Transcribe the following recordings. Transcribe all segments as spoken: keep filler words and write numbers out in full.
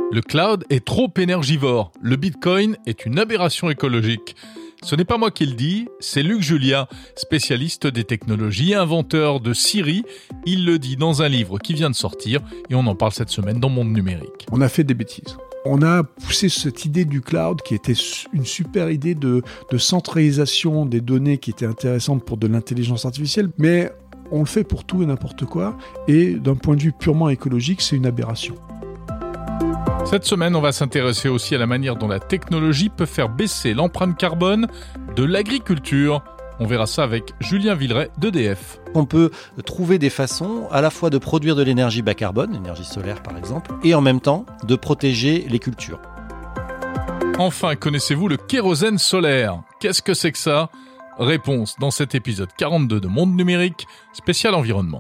Le cloud est trop énergivore. Le Bitcoin est une aberration écologique. Ce n'est pas moi qui le dis, c'est Luc Julia, spécialiste des technologies, inventeur de Siri. Il le dit dans un livre qui vient de sortir et on en parle cette semaine dans Monde Numérique. On a fait des bêtises. On a poussé cette idée du cloud qui était une super idée de, de centralisation des données qui était intéressante pour de l'intelligence artificielle, mais on le fait pour tout et n'importe quoi, et d'un point de vue purement écologique, c'est une aberration. Cette semaine, on va s'intéresser aussi à la manière dont la technologie peut faire baisser l'empreinte carbone de l'agriculture. On verra ça avec Julien Villeray d'E D F. On peut trouver des façons à la fois de produire de l'énergie bas carbone, l'énergie solaire par exemple, et en même temps de protéger les cultures. Enfin, connaissez-vous le kérosène solaire ? Qu'est-ce que c'est que ça ? Réponse dans cet épisode quarante-deux de Monde Numérique, spécial environnement.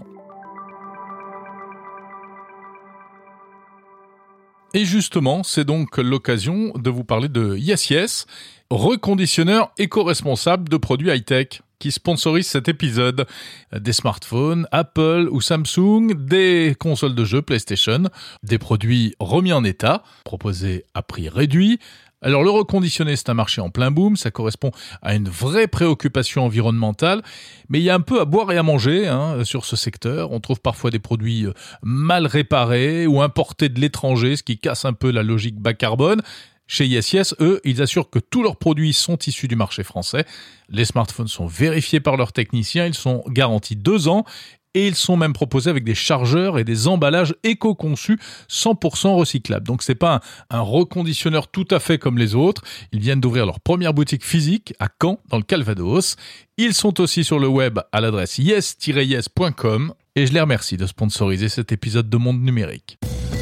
Et justement, c'est donc l'occasion de vous parler de YesYes, reconditionneur éco-responsable de produits high-tech, qui sponsorise cet épisode. Des smartphones, Apple ou Samsung, des consoles de jeux PlayStation, des produits remis en état, proposés à prix réduit. Alors le reconditionné, c'est un marché en plein boom, ça correspond à une vraie préoccupation environnementale, mais il y a un peu à boire et à manger hein, sur ce secteur. On trouve parfois des produits mal réparés ou importés de l'étranger, ce qui casse un peu la logique bas carbone. Chez YesYes, eux, ils assurent que tous leurs produits sont issus du marché français. Les smartphones sont vérifiés par leurs techniciens, ils sont garantis deux ans. Et ils sont même proposés avec des chargeurs et des emballages éco-conçus cent pour cent recyclables. Donc c'est pas un, un reconditionneur tout à fait comme les autres. Ils viennent d'ouvrir leur première boutique physique à Caen, dans le Calvados. Ils sont aussi sur le web à l'adresse yes tiret yes point com. Et je les remercie de sponsoriser cet épisode de Monde Numérique.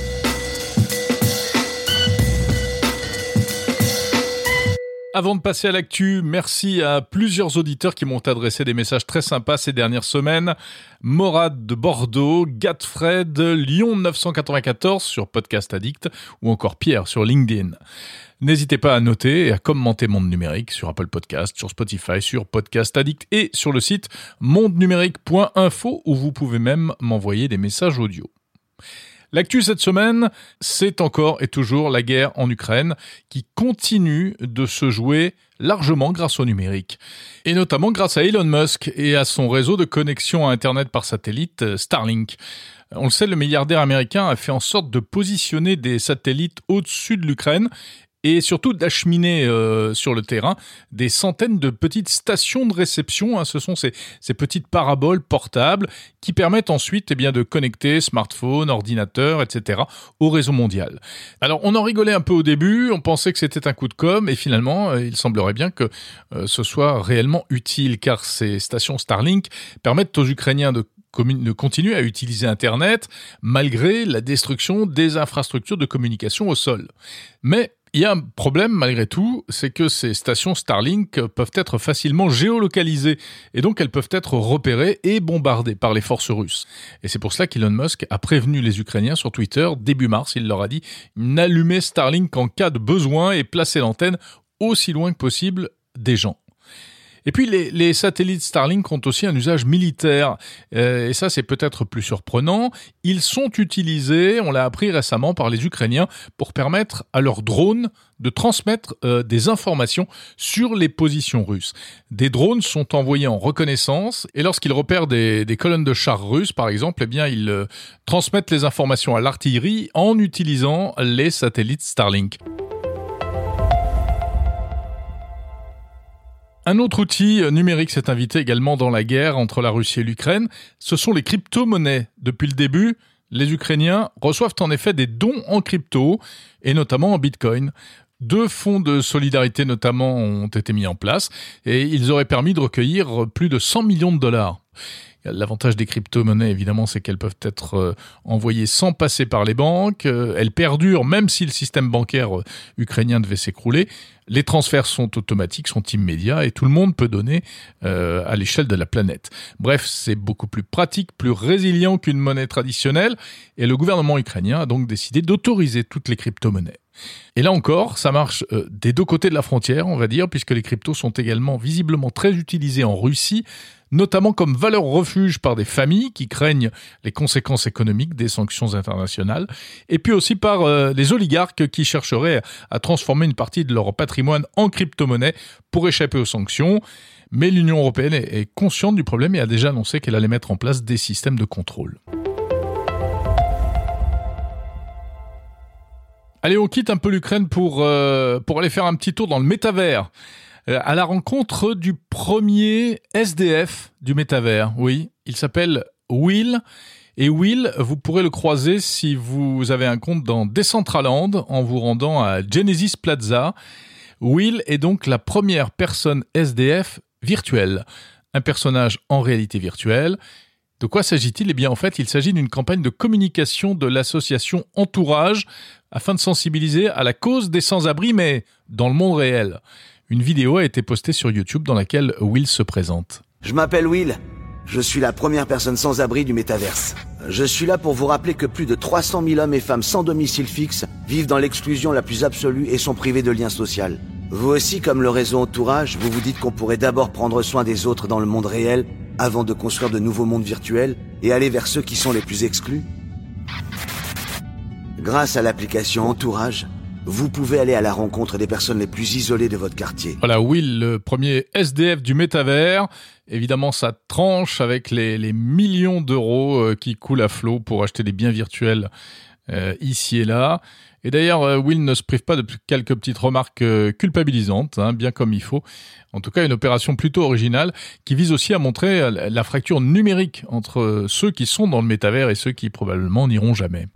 Avant de passer à l'actu, merci à plusieurs auditeurs qui m'ont adressé des messages très sympas ces dernières semaines. Morad de Bordeaux, Gatfred, Lyon neuf cent quatre-vingt-quatorze sur Podcast Addict ou encore Pierre sur LinkedIn. N'hésitez pas à noter et à commenter Monde Numérique sur Apple Podcast, sur Spotify, sur Podcast Addict et sur le site monde numérique point info où vous pouvez même m'envoyer des messages audio. L'actu cette semaine, c'est encore et toujours la guerre en Ukraine qui continue de se jouer largement grâce au numérique. Et notamment grâce à Elon Musk et à son réseau de connexion à Internet par satellite Starlink. On le sait, le milliardaire américain a fait en sorte de positionner des satellites au-dessus de l'Ukraine et surtout d'acheminer euh, sur le terrain des centaines de petites stations de réception. Hein. Ce sont ces, ces petites paraboles portables qui permettent ensuite eh bien, de connecter smartphones, ordinateurs, et cetera au réseau mondial. Alors, on en rigolait un peu au début, on pensait que c'était un coup de com', et finalement, euh, il semblerait bien que euh, ce soit réellement utile, car ces stations Starlink permettent aux Ukrainiens de de continuer à utiliser Internet malgré la destruction des infrastructures de communication au sol. Mais il y a un problème malgré tout, c'est que ces stations Starlink peuvent être facilement géolocalisées et donc elles peuvent être repérées et bombardées par les forces russes. Et c'est pour cela qu'Elon Musk a prévenu les Ukrainiens sur Twitter début mars. Il leur a dit « N'allumez Starlink en cas de besoin et placez l'antenne aussi loin que possible des gens ». Et puis les, les satellites Starlink ont aussi un usage militaire, euh, et ça c'est peut-être plus surprenant. Ils sont utilisés, on l'a appris récemment par les Ukrainiens, pour permettre à leurs drones de transmettre euh, des informations sur les positions russes. Des drones sont envoyés en reconnaissance, et lorsqu'ils repèrent des, des colonnes de chars russes, par exemple, eh bien ils euh, transmettent les informations à l'artillerie en utilisant les satellites Starlink. Un autre outil numérique s'est invité également dans la guerre entre la Russie et l'Ukraine. Ce sont les crypto-monnaies. Depuis le début, les Ukrainiens reçoivent en effet des dons en crypto, et notamment en Bitcoin. Deux fonds de solidarité notamment ont été mis en place, et ils auraient permis de recueillir plus de cent millions de dollars. L'avantage des crypto-monnaies, évidemment, c'est qu'elles peuvent être euh, envoyées sans passer par les banques. Euh, elles perdurent même si le système bancaire euh, ukrainien devait s'écrouler. Les transferts sont automatiques, sont immédiats et tout le monde peut donner euh, à l'échelle de la planète. Bref, c'est beaucoup plus pratique, plus résilient qu'une monnaie traditionnelle. Et le gouvernement ukrainien a donc décidé d'autoriser toutes les crypto-monnaies. Et là encore, ça marche euh, des deux côtés de la frontière, on va dire, puisque les cryptos sont également visiblement très utilisés en Russie, notamment comme valeur refuge par des familles qui craignent les conséquences économiques des sanctions internationales, et puis aussi par euh, les oligarques qui chercheraient à transformer une partie de leur patrimoine en crypto-monnaie pour échapper aux sanctions. Mais l'Union européenne est consciente du problème et a déjà annoncé qu'elle allait mettre en place des systèmes de contrôle. Allez, on quitte un peu l'Ukraine pour, euh, pour aller faire un petit tour dans le métavers, euh, à la rencontre du premier S D F du métavers. Oui, il s'appelle Will. Et Will, vous pourrez le croiser si vous avez un compte dans Decentraland en vous rendant à Genesis Plaza. Will est donc la première personne S D F virtuelle, un personnage en réalité virtuelle. De quoi s'agit-il ? Eh bien, en fait, il s'agit d'une campagne de communication de l'association Entourage afin de sensibiliser à la cause des sans-abri, mais dans le monde réel. Une vidéo a été postée sur YouTube dans laquelle Will se présente. Je m'appelle Will. Je suis la première personne sans abri du métaverse. Je suis là pour vous rappeler que plus de trois cent mille hommes et femmes sans domicile fixe vivent dans l'exclusion la plus absolue et sont privés de liens sociaux. Vous aussi, comme le réseau Entourage, vous vous dites qu'on pourrait d'abord prendre soin des autres dans le monde réel avant de construire de nouveaux mondes virtuels et aller vers ceux qui sont les plus exclus. Grâce à l'application Entourage, vous pouvez aller à la rencontre des personnes les plus isolées de votre quartier. Voilà, Will, le premier S D F du métavers. Évidemment, ça tranche avec les, les millions d'euros euh, qui coulent à flot pour acheter des biens virtuels euh, ici et là. Et d'ailleurs, euh, Will ne se prive pas de quelques petites remarques euh, culpabilisantes, hein, bien comme il faut. En tout cas, une opération plutôt originale qui vise aussi à montrer euh, la fracture numérique entre ceux qui sont dans le métavers et ceux qui probablement n'iront jamais.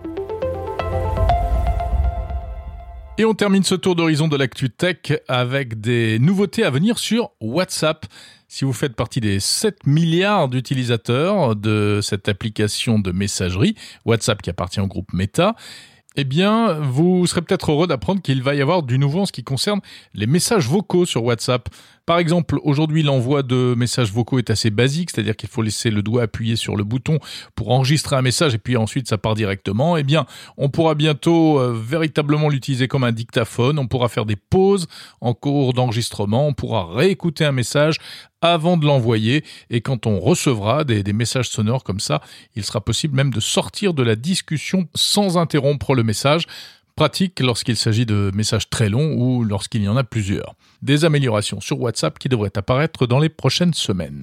Et on termine ce tour d'horizon de l'actu tech avec des nouveautés à venir sur WhatsApp. Si vous faites partie des sept milliards d'utilisateurs de cette application de messagerie, WhatsApp qui appartient au groupe Meta, eh bien, vous serez peut-être heureux d'apprendre qu'il va y avoir du nouveau en ce qui concerne les messages vocaux sur WhatsApp. Par exemple, aujourd'hui, l'envoi de messages vocaux est assez basique, c'est-à-dire qu'il faut laisser le doigt appuyé sur le bouton pour enregistrer un message et puis ensuite ça part directement. Eh bien, on pourra bientôt euh, véritablement l'utiliser comme un dictaphone, on pourra faire des pauses en cours d'enregistrement, on pourra réécouter un message avant de l'envoyer et quand on recevra des, des messages sonores comme ça, il sera possible même de sortir de la discussion sans interrompre le message. Pratique lorsqu'il s'agit de messages très longs ou lorsqu'il y en a plusieurs. Des améliorations sur WhatsApp qui devraient apparaître dans les prochaines semaines.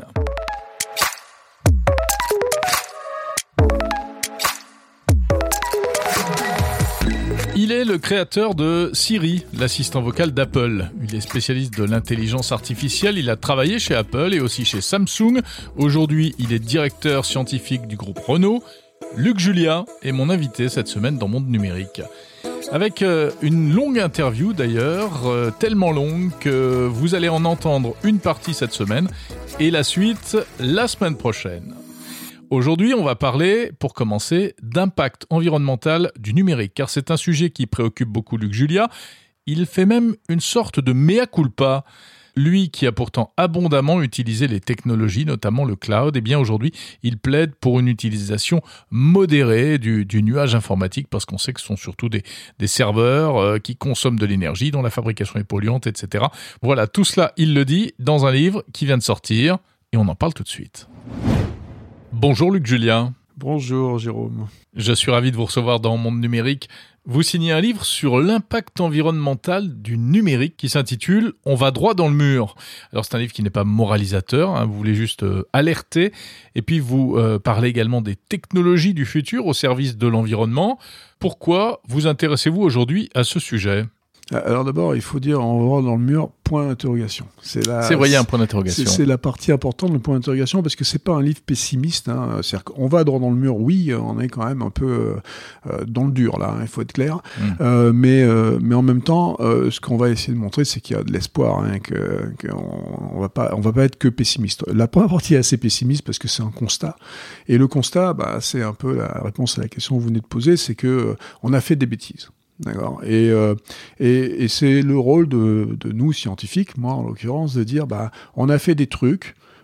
Il est le créateur de Siri, l'assistant vocal d'Apple. Il est spécialiste de l'intelligence artificielle, il a travaillé chez Apple et aussi chez Samsung. Aujourd'hui, il est directeur scientifique du groupe Renault. Luc Julia est mon invité cette semaine dans Monde Numérique. Avec euh, une longue interview d'ailleurs, euh, tellement longue que vous allez en entendre une partie cette semaine et la suite la semaine prochaine. Aujourd'hui, on va parler, pour commencer, d'impact environnemental du numérique, car c'est un sujet qui préoccupe beaucoup Luc Julia. Il fait même une sorte de mea culpa. Lui qui a pourtant abondamment utilisé les technologies, notamment le cloud, eh bien aujourd'hui, il plaide pour une utilisation modérée du, du nuage informatique parce qu'on sait que ce sont surtout des, des serveurs euh, qui consomment de l'énergie, dont la fabrication est polluante, et cetera. Voilà, tout cela, il le dit dans un livre qui vient de sortir et on en parle tout de suite. Bonjour Luc Julia. Bonjour Jérôme. Je suis ravi de vous recevoir dans Monde Numérique. Vous signez un livre sur l'impact environnemental du numérique qui s'intitule « On va droit dans le mur ». Alors c'est un livre qui n'est pas moralisateur, hein, vous voulez juste euh, alerter. Et puis vous euh, parlez également des technologies du futur au service de l'environnement. Pourquoi vous intéressez-vous aujourd'hui à ce sujet ? Alors d'abord, il faut dire on va droit dans le mur, point d'interrogation. C'est, la, c'est vrai, il y a un point d'interrogation. C'est, c'est la partie importante, le point d'interrogation, parce que c'est pas un livre pessimiste. Hein. C'est-à-dire qu'on va droit dans le mur, oui, on est quand même un peu euh, dans le dur, là, il hein, faut être clair. Mmh. Euh, mais, euh, mais en même temps, euh, ce qu'on va essayer de montrer, c'est qu'il y a de l'espoir, hein, que, qu'on on va pas, on va pas être que pessimiste. La première partie est assez pessimiste parce que c'est un constat. Et le constat, bah, c'est un peu la réponse à la question que vous venez de poser, c'est que euh, on a fait des bêtises. D'accord. Et, euh, et, et c'est le rôle de, de nous, scientifiques, moi en l'occurrence, de dire bah, on a fait des trucs,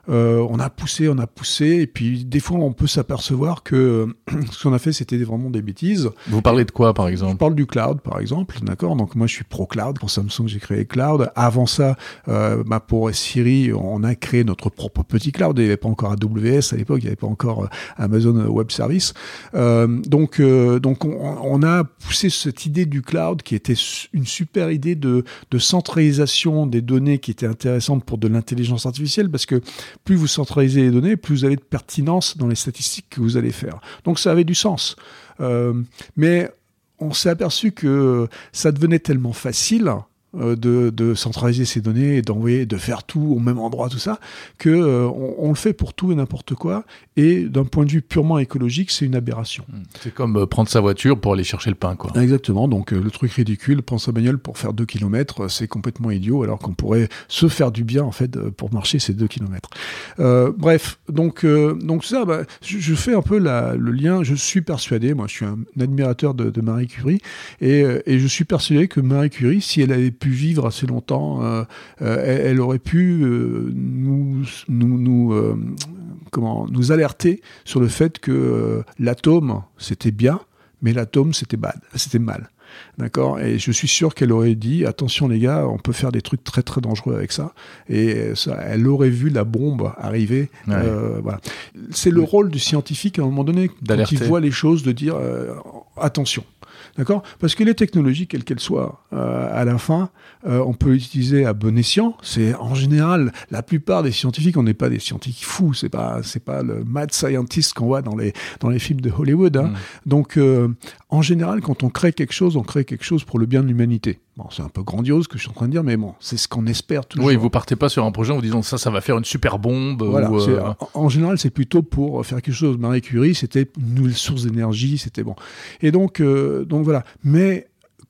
euh, on a poussé, on a poussé, et puis des fois on peut s'apercevoir que ce qu'on a fait c'était vraiment des bêtises. Vous parlez de quoi par exemple ? Je parle du cloud par exemple, d'accord. Donc moi je suis pro cloud. Pour Samsung j'ai créé cloud. Avant ça, euh, bah, pour Siri on a créé notre propre petit cloud. Il n'y avait pas encore A W S à l'époque, il n'y avait pas encore Amazon Web Service. Euh, donc euh, donc on, on a poussé cette idée du cloud qui était une super idée de, de centralisation des données qui était intéressante pour de l'intelligence artificielle, parce que plus vous centralisez les données, plus vous avez de pertinence dans les statistiques que vous allez faire. Donc ça avait du sens. Euh, mais on s'est aperçu que ça devenait tellement facile de, de centraliser ces données et d'envoyer, de faire tout au même endroit, tout ça, que euh, on, on le fait pour tout et n'importe quoi. Et d'un point de vue purement écologique, c'est une aberration. C'est comme euh, prendre sa voiture pour aller chercher le pain, quoi. Exactement. Donc euh, le truc ridicule, prendre sa bagnole pour faire deux kilomètres, c'est complètement idiot, alors qu'on pourrait se faire du bien en fait pour marcher ces deux kilomètres. Euh, bref, donc euh, donc ça, bah, je, je fais un peu la, le lien. Je suis persuadé, moi, je suis un, un admirateur de, de Marie Curie, et, et je suis persuadé que Marie Curie, si elle avait pu vivre assez longtemps, euh, euh, elle, elle aurait pu euh, nous, nous, nous, euh, comment, nous alerter sur le fait que euh, l'atome, c'était bien, mais l'atome, c'était bad, c'était mal. D'accord ? Et je suis sûr qu'elle aurait dit, attention les gars, on peut faire des trucs très très dangereux avec ça. Et ça, elle aurait vu la bombe arriver. Ouais. Euh, voilà. C'est le oui. rôle du scientifique à un moment donné, d'alerter. Quand il voit les choses, de dire euh, attention. D'accord ? Parce que les technologies, quelles qu'elles soient, euh, à la fin, euh, on peut l'utiliser à bon escient. C'est en général, la plupart des scientifiques, on n'est pas des scientifiques fous. C'est pas, c'est pas le mad scientist qu'on voit dans les dans les films de Hollywood. Hein. Mmh. Donc, euh, en général, quand on crée quelque chose, on crée quelque chose pour le bien de l'humanité. Bon, c'est un peu grandiose ce que je suis en train de dire, mais bon, c'est ce qu'on espère toujours. Oui, vous partez pas sur un projet en vous disant ça, ça va faire une super bombe. Voilà. Ou euh... en, en général, c'est plutôt pour faire quelque chose. Marie Curie, c'était une nouvelle source d'énergie, c'était bon. Et donc, euh, donc voilà. Mais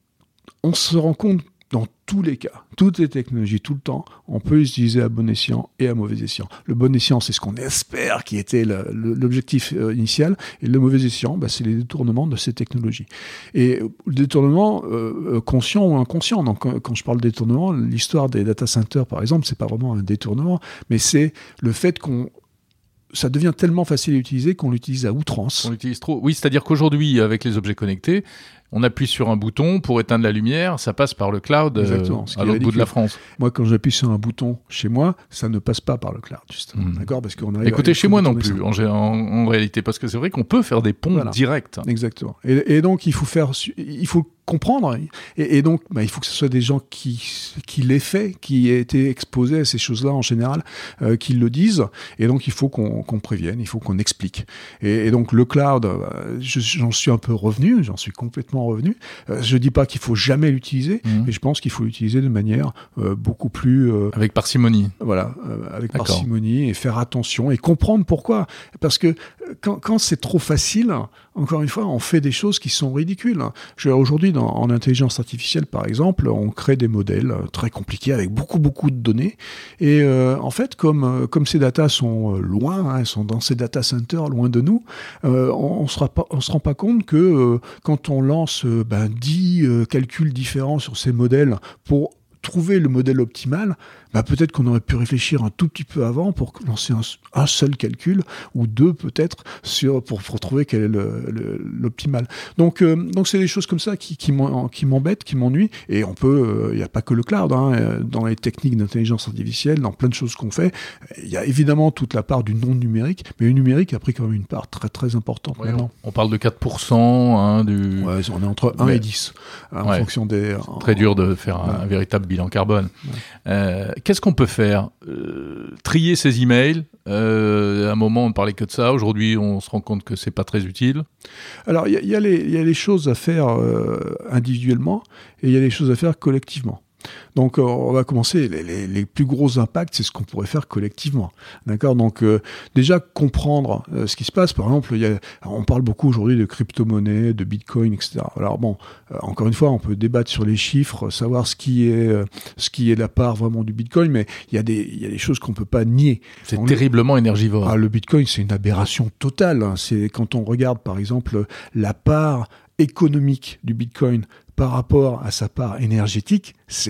on se rend compte dans tous les cas, toutes les technologies, tout le temps, on peut les utiliser à bon escient et à mauvais escient. Le bon escient, c'est ce qu'on espère qui était le, le, l'objectif euh, initial, et le mauvais escient, bah, c'est les détournements de ces technologies. Et le détournement euh, conscient ou inconscient. Donc, quand je parle de détournement, l'histoire des data centers, par exemple, c'est pas vraiment un détournement, mais c'est le fait qu'on ça devient tellement facile à utiliser qu'on l'utilise à outrance. On l'utilise trop. Oui, c'est-à-dire qu'aujourd'hui, avec les objets connectés, on appuie sur un bouton pour éteindre la lumière, ça passe par le cloud euh, à l'autre bout de la France. Moi, quand j'appuie sur un bouton chez moi, ça ne passe pas par le cloud, justement. Mmh. D'accord ? Parce qu'on arrive Écoutez, à chez moi non plus, en, en, en réalité, parce que c'est vrai qu'on peut faire des ponts voilà. directs. Exactement. Et, et donc, il faut faire, il faut comprendre, et, et donc, bah, il faut que ce soit des gens qui, qui l'aient fait, qui aient été exposés à ces choses-là en général, euh, qui le disent. Et donc, il faut qu'on, qu'on prévienne, il faut qu'on explique. Et, et donc, le cloud, euh, je, j'en suis un peu revenu, j'en suis complètement revenu. Euh, je dis pas qu'il faut jamais l'utiliser, mmh. mais je pense qu'il faut l'utiliser de manière euh, beaucoup plus euh, avec parcimonie. Voilà, euh, avec D'accord. parcimonie, et faire attention et comprendre pourquoi. Parce que quand, quand c'est trop facile, encore une fois, on fait des choses qui sont ridicules. Je, aujourd'hui, dans, en intelligence artificielle, par exemple, on crée des modèles très compliqués avec beaucoup beaucoup de données. Et euh, en fait, comme comme ces datas sont loin, hein, elles sont dans ces data centers loin de nous, euh, on, on sera pas, on se rend pas compte que euh, quand on lance euh, ben, dix euh, calculs différents sur ces modèles pour trouver le modèle optimal, bah peut-être qu'on aurait pu réfléchir un tout petit peu avant pour lancer un, un seul calcul, ou deux peut-être, sur, pour, pour trouver quel est le, le, l'optimal. Donc, euh, donc c'est des choses comme ça qui, qui, m'en, qui m'embêtent, qui m'ennuient, et on peut, il euh, n'y a pas que le cloud, hein, dans les techniques d'intelligence artificielle, dans plein de choses qu'on fait, il y a évidemment toute la part du non-numérique, mais le numérique a pris quand même une part très très importante ouais, maintenant. On, on parle de quatre pour cent hein, du... Ouais, on est entre un mais... et dix, hein, ouais, en fonction des... C'est très dur de faire un, ouais. un véritable bilan carbone. Ouais. Euh, qu'est-ce qu'on peut faire ? euh, Trier ses emails. Euh, à un moment, on ne parlait que de ça. Aujourd'hui, on se rend compte que c'est pas très utile. Alors, il y, y, y a les choses à faire euh, individuellement et il y a les choses à faire collectivement. Donc, euh, on va commencer. Les, les, les plus gros impacts, c'est ce qu'on pourrait faire collectivement. D'accord ? Donc, euh, déjà, comprendre euh, ce qui se passe. Par exemple, y a, on parle beaucoup aujourd'hui de crypto-monnaies, de bitcoin, et cetera. Alors, bon, euh, encore une fois, on peut débattre sur les chiffres, savoir ce qui est, euh, ce qui est la part vraiment du bitcoin, mais il y a des, il y a des choses qu'on peut pas nier. C'est on terriblement le... énergivore. Ah, le bitcoin, c'est une aberration totale. Hein. C'est quand on regarde, par exemple, la part économique du bitcoin par rapport à sa part énergétique, c'est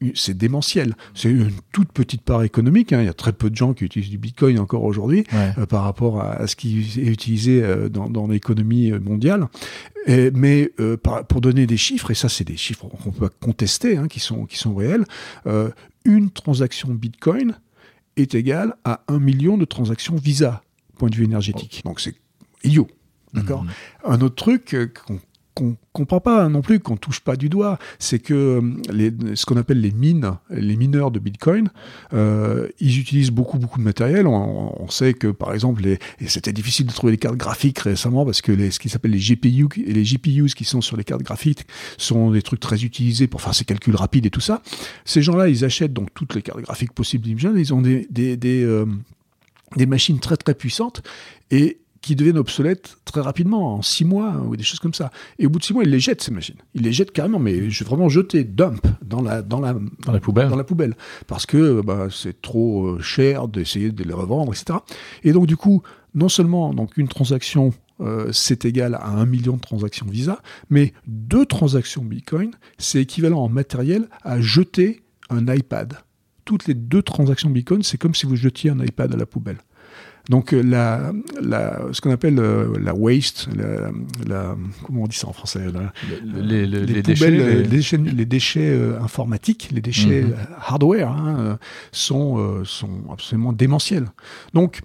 c'est démentiel. C'est une toute petite part économique. Hein. Il y a très peu de gens qui utilisent du Bitcoin encore aujourd'hui ouais. euh, par rapport à, à ce qui est utilisé euh, dans, dans l'économie mondiale. Et, mais euh, par, pour donner des chiffres, et ça c'est des chiffres qu'on peut contester, hein, qui sont qui sont réels, euh, une transaction Bitcoin est égale à un million de transactions Visa, point de vue énergétique. Oh. Donc c'est idiot, d'accord. Mmh. Un autre truc euh, qu'on qu'on comprend pas non plus, qu'on touche pas du doigt, c'est que les, ce qu'on appelle les mines, les mineurs de Bitcoin, euh, ils utilisent beaucoup beaucoup de matériel. On, on sait que par exemple, les, et c'était difficile de trouver les cartes graphiques récemment parce que les, ce qui s'appelle les G P U et les G P Us qui sont sur les cartes graphiques sont des trucs très utilisés pour faire ces calculs rapides et tout ça. Ces gens-là, ils achètent donc toutes les cartes graphiques possibles. Ils ont des des des, euh, des machines très très puissantes et qui deviennent obsolètes très rapidement, en six mois, hein, ou des choses comme ça. Et au bout de six mois, ils les jettent, ces machines. Ils les jettent carrément, mais je vais vraiment jeter, dump, dans la, dans la, dans la poubelle. Dans la poubelle. Parce que bah, c'est trop cher d'essayer de les revendre, et cetera. Et donc, du coup, non seulement donc, une transaction, euh, c'est égal à un million de transactions Visa, mais deux transactions Bitcoin, c'est équivalent en matériel à jeter un iPad. Toutes les deux transactions Bitcoin, c'est comme si vous jetiez un iPad à la poubelle. Donc la, la, ce qu'on appelle euh, la waste, la, la, comment on dit ça en français là, les, les, les, les poubelles, déchets, les déchets, les déchets euh, informatiques, les déchets mm-hmm. euh, hardware hein, euh, sont, euh, sont absolument démentiels. Donc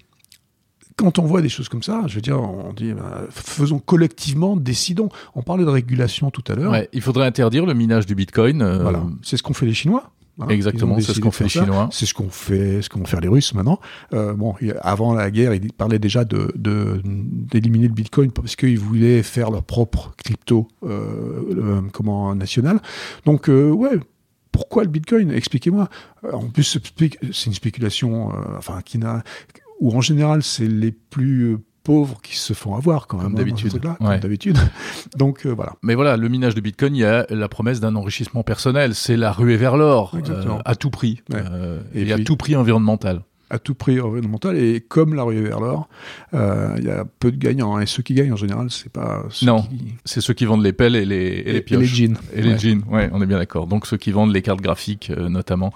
quand on voit des choses comme ça, je veux dire, on dit, bah, faisons collectivement, décidons. On parlait de régulation tout à l'heure. Ouais, il faudrait interdire le minage du Bitcoin. Euh... Voilà, c'est ce qu'ont fait les Chinois. Hein, exactement, c'est ce qu'ont fait les Chinois. C'est ce qu'ont fait, ce qu'ont fait les Russes maintenant. Euh, bon, avant la guerre, ils parlaient déjà de, de d'éliminer le Bitcoin parce qu'ils voulaient faire leur propre crypto, euh, euh, comment national. Donc, euh, ouais. Pourquoi le Bitcoin ? Expliquez-moi. En plus, c'est une spéculation, euh, enfin, qui n'a, où en général, c'est les plus pauvres qui se font avoir quand même. Comme d'habitude. Là, ouais. Comme d'habitude. Donc euh, voilà. Mais voilà, le minage de Bitcoin, il y a la promesse d'un enrichissement personnel. C'est la ruée vers l'or, euh, à tout prix. Ouais. Euh, et, et puis, à tout prix environnemental. À tout prix environnemental. Et comme la ruée vers l'or, euh, il y a peu de gagnants. Hein, et ceux qui gagnent, en général, c'est pas ceux non, qui... c'est ceux qui vendent les pelles et les, et et, les pioches. Et les jeans. Et ouais. les jeans, ouais, on est bien d'accord. Donc ceux qui vendent les cartes graphiques, euh, notamment.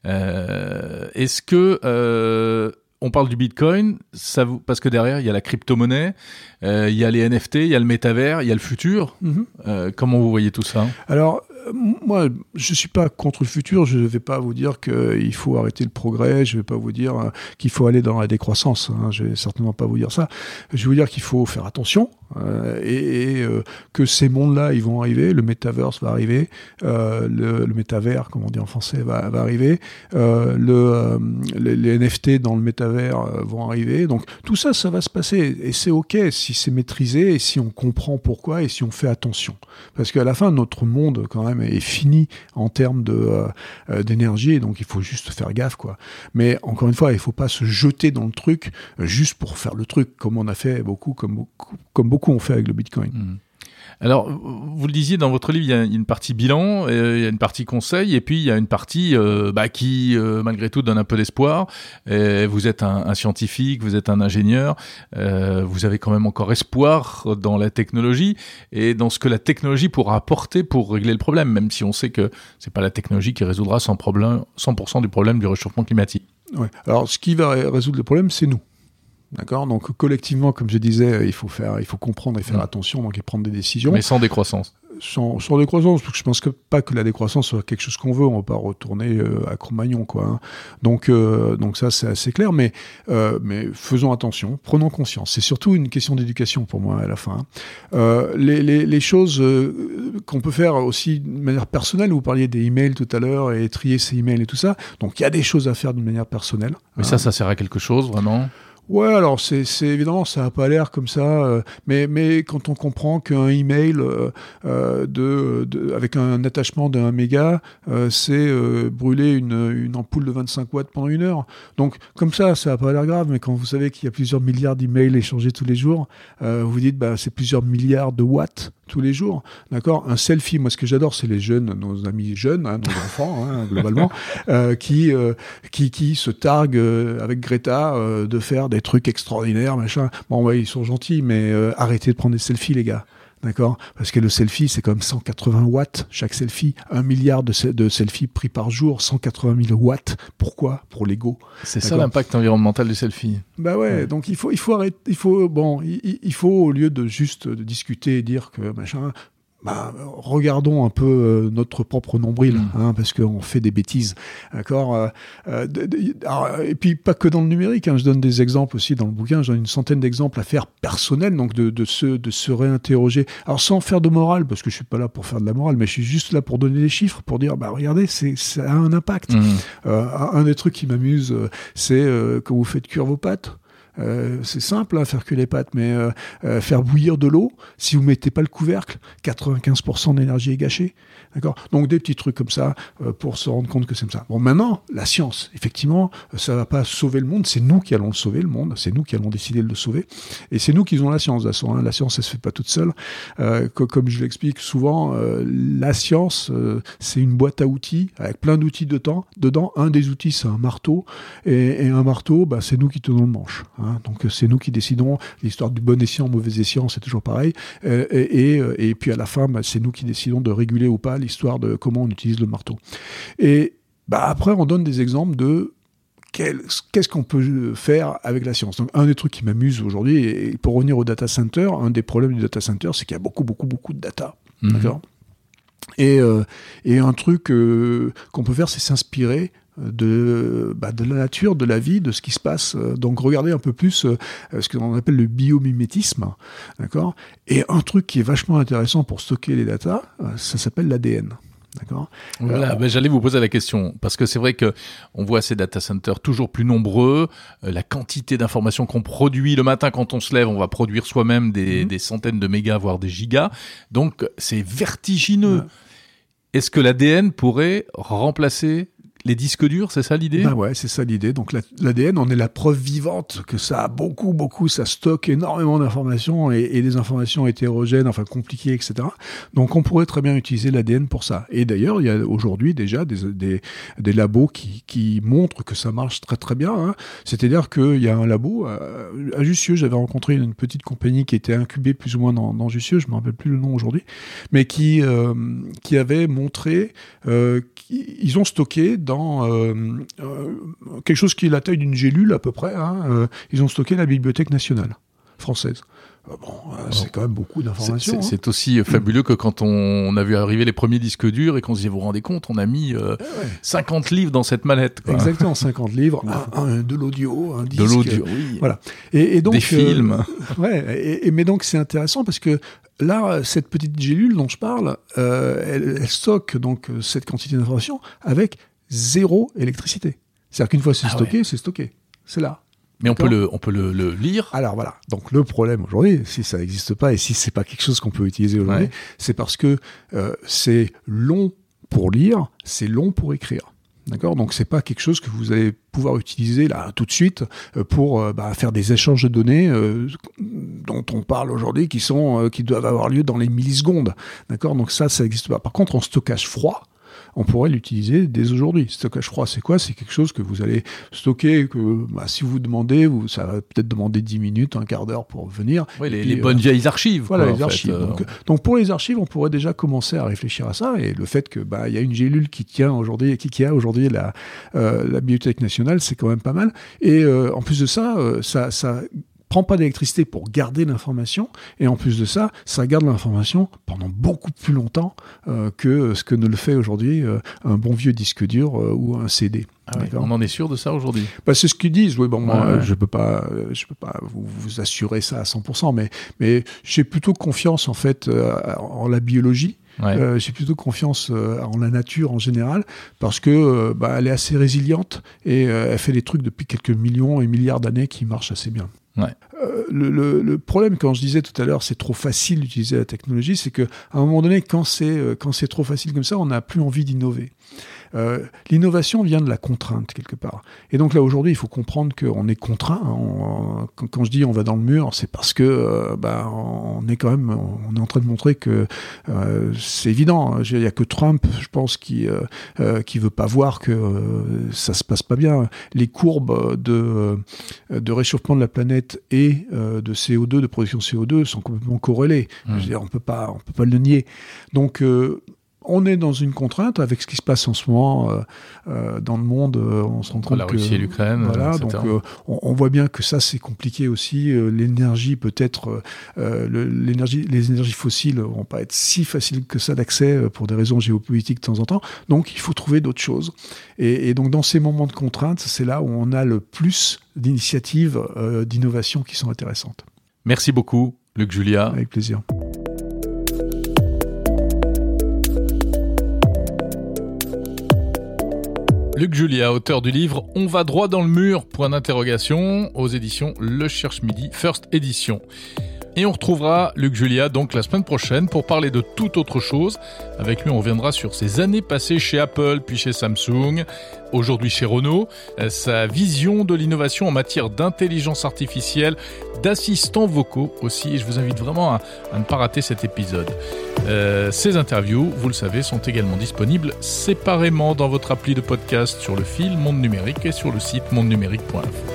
Euh, est-ce que... Euh, on parle du Bitcoin, ça vous... parce que derrière, il y a la crypto-monnaie, euh, il y a les N F T, il y a le métavers, il y a le futur. Mm-hmm. Euh, comment vous voyez tout ça ? Alors, euh, moi, je ne suis pas contre le futur. Je ne vais pas vous dire qu'il faut arrêter le progrès. Je ne vais pas vous dire euh, qu'il faut aller dans la décroissance. Hein. Je ne vais certainement pas vous dire ça. Je vais vous dire qu'il faut faire attention euh, et, et euh, que ces mondes-là, ils vont arriver. Le metaverse va arriver. Euh, le, le métavers, comme on dit en français, va, va arriver. Euh, le, euh, les, les N F T dans le métavers vont arriver. Donc tout ça, ça va se passer. Et c'est OK si c'est maîtrisé et si on comprend pourquoi et si on fait attention. Parce qu'à la fin, notre monde, quand même, est fini en termes de, euh, d'énergie. Et donc il faut juste faire gaffe, quoi. Mais encore une fois, il ne faut pas se jeter dans le truc juste pour faire le truc, comme on a fait beaucoup, comme beaucoup, comme beaucoup ont fait avec le Bitcoin. Mmh. Alors, vous le disiez dans votre livre, il y a une partie bilan, euh, il y a une partie conseil, et puis il y a une partie euh, bah, qui, euh, malgré tout, donne un peu d'espoir. Et vous êtes un, un scientifique, vous êtes un ingénieur, euh, vous avez quand même encore espoir dans la technologie et dans ce que la technologie pourra apporter pour régler le problème, même si on sait que c'est pas la technologie qui résoudra cent pour cent du problème du réchauffement climatique. Ouais. Alors, ce qui va résoudre le problème, c'est nous. D'accord ? Donc, collectivement, comme je disais, il faut faire, il faut comprendre et faire mmh. attention, donc et prendre des décisions. Mais sans décroissance. Sans, sans décroissance, parce que je pense que pas que la décroissance soit quelque chose qu'on veut, on va pas retourner euh, à Cro-Magnon, quoi. Hein. Donc, euh, donc ça, c'est assez clair, mais, euh, mais faisons attention, prenons conscience. C'est surtout une question d'éducation pour moi à la fin. Euh, les, les, les choses euh, qu'on peut faire aussi de manière personnelle, vous parliez des emails tout à l'heure et trier ces emails et tout ça. Donc, il y a des choses à faire d'une manière personnelle. Mais hein. ça, ça sert à quelque chose, vraiment ? Ouais, alors c'est, c'est évidemment ça n'a pas l'air comme ça, euh, mais mais quand on comprend qu'un email euh, euh, de, de avec un attachement d'un méga, euh, c'est euh, brûler une une ampoule de vingt-cinq watts pendant une heure. Donc comme ça, ça n'a pas l'air grave, mais quand vous savez qu'il y a plusieurs milliards d'emails échangés tous les jours, euh, vous dites bah c'est plusieurs milliards de watts tous les jours, d'accord ? Un selfie, moi ce que j'adore, c'est les jeunes, nos amis jeunes, hein, nos enfants, hein, globalement, euh, qui euh, qui qui se targuent euh, avec Greta euh, de faire des trucs extraordinaires, machin. Bon, ouais, ils sont gentils, mais euh, arrêtez de prendre des selfies, les gars. D'accord ? Parce que le selfie, c'est quand même cent quatre-vingts watts chaque selfie. Un milliard de, de selfies pris par jour, cent quatre-vingt mille watts. Pourquoi ? Pour l'ego. C'est D'accord ? ça l'impact environnemental du selfie. Bah ouais, ouais. Donc il faut, il faut arrêter. Il faut, bon, il, il faut, au lieu de juste de discuter et dire que machin. Bah, regardons un peu euh, notre propre nombril, mmh. hein, parce qu'on fait des bêtises, d'accord euh, euh, de, de, alors, et puis pas que dans le numérique, hein, je donne des exemples aussi dans le bouquin, je donne une centaine d'exemples à faire personnels, donc de, de, se, de se réinterroger, alors sans faire de morale, parce que je suis pas là pour faire de la morale, mais je suis juste là pour donner des chiffres, pour dire, bah regardez, c'est, ça a un impact. Mmh. Euh, un, un des trucs qui m'amuse, c'est euh, quand vous faites cuire vos pâtes. Euh, c'est simple, hein, faire cuire les pâtes, mais euh, euh, faire bouillir de l'eau, si vous mettez pas le couvercle, quatre-vingt-quinze pour cent de l'énergie est gâchée. D'accord ? Donc des petits trucs comme ça euh, pour se rendre compte que c'est comme ça. Bon, maintenant, la science, effectivement, ça va pas sauver le monde, c'est nous qui allons le sauver, le monde, c'est nous qui allons décider de le sauver, et c'est nous qui avons la science, de toute façon, hein. La science, elle se fait pas toute seule. Euh, que, comme je l'explique souvent, euh, la science, euh, c'est une boîte à outils, avec plein d'outils de temps, dedans. Un des outils, c'est un marteau, et, et un marteau, bah, c'est nous qui tenons le manche. Hein. Donc c'est nous qui décidons, l'histoire du bon escient, mauvais escient, c'est toujours pareil, euh, et, et, et puis à la fin, bah, c'est nous qui décidons de réguler ou pas l'histoire de comment on utilise le marteau. Et bah, après, on donne des exemples de quel, qu'est-ce qu'on peut faire avec la science. Donc un des trucs qui m'amuse aujourd'hui, et pour revenir au data center, un des problèmes du data center, c'est qu'il y a beaucoup, beaucoup, beaucoup de data. Mmh. D'accord ? Et, euh, et un truc euh, qu'on peut faire, c'est s'inspirer de, bah, de la nature, de la vie, de ce qui se passe. Donc regardez un peu plus euh, ce qu'on appelle le biomimétisme, d'accord ? Et un truc qui est vachement intéressant pour stocker les datas, euh, ça s'appelle l'A D N. D'accord. Voilà, ben j'allais vous poser la question, parce que c'est vrai que on voit ces data centers toujours plus nombreux, euh, la quantité d'informations qu'on produit le matin quand on se lève, on va produire soi-même des, mmh. des centaines de mégas, voire des gigas, donc c'est vertigineux. Ouais. Est-ce que l'A D N pourrait remplacer les disques durs, c'est ça l'idée ? Ben ouais, c'est ça l'idée. Donc la, l'A D N, on est la preuve vivante que ça a beaucoup, beaucoup, ça stocke énormément d'informations et, et des informations hétérogènes, enfin compliquées, et cetera. Donc on pourrait très bien utiliser l'A D N pour ça. Et d'ailleurs, il y a aujourd'hui déjà des, des, des labos qui, qui montrent que ça marche très très bien. Hein. C'est-à-dire qu'il y a un labo à, à Jussieu, j'avais rencontré une petite compagnie qui était incubée plus ou moins dans, dans Jussieu, je ne me rappelle plus le nom aujourd'hui, mais qui, euh, qui avait montré euh, qu'ils ont stocké dans Euh, euh, quelque chose qui est la taille d'une gélule à peu près, hein, euh, ils ont stocké la Bibliothèque nationale française. Euh, bon, euh, c'est quand même beaucoup d'informations. C'est, c'est, hein. c'est aussi fabuleux que quand on, on a vu arriver les premiers disques durs et qu'on se dit, vous vous rendez compte, on a mis euh, eh ouais. cinquante livres dans cette mallette. Quoi. Exactement, cinquante livres, un, un, de l'audio, un disque. De l'audio, oui. Voilà. Et, et donc, des films. Euh, ouais, et, et, mais donc c'est intéressant parce que là, cette petite gélule dont je parle, euh, elle, elle stocke donc cette quantité d'informations avec zéro électricité. C'est-à-dire qu'une fois c'est ah stocké, ouais. c'est stocké. C'est là. Mais on peut, le, on peut le, le lire. Alors voilà. Donc le problème aujourd'hui, si ça n'existe pas et si c'est pas quelque chose qu'on peut utiliser aujourd'hui, ouais. c'est parce que euh, c'est long pour lire, c'est long pour écrire. D'accord ? Donc c'est pas quelque chose que vous allez pouvoir utiliser là tout de suite euh, pour euh, bah, faire des échanges de données euh, dont on parle aujourd'hui, qui sont euh, qui doivent avoir lieu dans les millisecondes. D'accord ? Donc ça, ça n'existe pas. Par contre, en stockage froid, on pourrait l'utiliser dès aujourd'hui. Stockage froid, c'est quoi ? C'est quelque chose que vous allez stocker, que bah, si vous demandez, vous, ça va peut-être demander dix minutes, un quart d'heure pour venir. Oui, les, puis, les bonnes euh, vieilles archives. Voilà, quoi, les archives. fait, euh... donc, donc pour les archives, on pourrait déjà commencer à réfléchir à ça, et le fait que bah, y a une gélule qui tient aujourd'hui, qui, qui a aujourd'hui la, euh, la Bibliothèque nationale, c'est quand même pas mal. Et euh, en plus de ça, euh, ça, ça prend pas d'électricité pour garder l'information, et en plus de ça, ça garde l'information pendant beaucoup plus longtemps euh, que ce que ne le fait aujourd'hui euh, un bon vieux disque dur euh, ou un C D. Ah ouais, on en est sûr de ça aujourd'hui ? Bah, c'est ce qu'ils disent. Oui, bon, moi, ouais, ouais. je peux pas, je peux pas vous, vous assurer ça à cent pour cent, mais, mais j'ai plutôt confiance en fait euh, en la biologie. Ouais. Euh, j'ai plutôt confiance euh, en la nature en général parce que euh, bah, elle est assez résiliente et euh, elle fait des trucs depuis quelques millions et milliards d'années qui marchent assez bien. Ouais. Euh, le, le, le problème, quand je disais tout à l'heure, c'est trop facile d'utiliser la technologie, c'est qu'à un moment donné, quand c'est, euh, quand c'est trop facile comme ça, on n'a plus envie d'innover. euh, l'innovation vient de la contrainte quelque part. Et donc là aujourd'hui, il faut comprendre qu'on est contraint. Hein. On, quand, quand je dis on va dans le mur, c'est parce que euh, bah, on est quand même, on est en train de montrer que euh, c'est évident. Hein. Il n'y a que Trump, je pense, qui euh, euh, qui veut pas voir que euh, ça se passe pas bien. Les courbes de de réchauffement de la planète et euh, de C O deux, de production de C O deux sont complètement corrélées. Mmh. Je veux dire, on peut pas, on peut pas le nier. Donc euh, on est dans une contrainte avec ce qui se passe en ce moment euh, euh, dans le monde. Euh, on se rend compte la que Russie et l'Ukraine. Voilà, et cetera. donc euh, on, on voit bien que ça c'est compliqué aussi. Euh, l'énergie peut-être, euh, le, l'énergie, les énergies fossiles vont pas être si faciles que ça d'accès euh, pour des raisons géopolitiques de temps en temps. Donc il faut trouver d'autres choses. Et, et donc dans ces moments de contrainte, c'est là où on a le plus d'initiatives euh, d'innovation qui sont intéressantes. Merci beaucoup, Luc Julia. Avec plaisir. Luc Julia, auteur du livre « On va droit dans le mur » point d'interrogation aux éditions Le Cherche Midi, First Edition. Et on retrouvera Luc Julia donc la semaine prochaine pour parler de toute autre chose. Avec lui, on reviendra sur ses années passées chez Apple, puis chez Samsung, aujourd'hui chez Renault, sa vision de l'innovation en matière d'intelligence artificielle, d'assistants vocaux aussi. Et je vous invite vraiment à, à ne pas rater cet épisode. Euh, ces interviews, vous le savez, sont également disponibles séparément dans votre appli de podcast sur le fil Monde Numérique et sur le site monde numérique point info.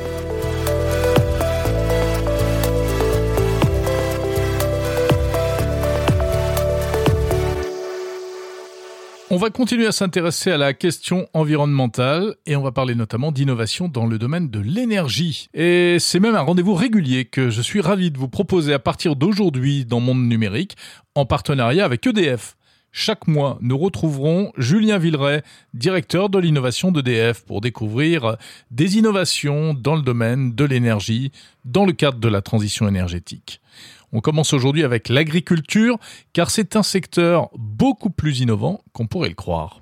On va continuer à s'intéresser à la question environnementale et on va parler notamment d'innovation dans le domaine de l'énergie. Et c'est même un rendez-vous régulier que je suis ravi de vous proposer à partir d'aujourd'hui dans Monde Numérique en partenariat avec E D F. Chaque mois, nous retrouverons Julien Villeray, directeur de l'innovation d'E D F, pour découvrir des innovations dans le domaine de l'énergie dans le cadre de la transition énergétique. On commence aujourd'hui avec l'agriculture, car c'est un secteur beaucoup plus innovant qu'on pourrait le croire.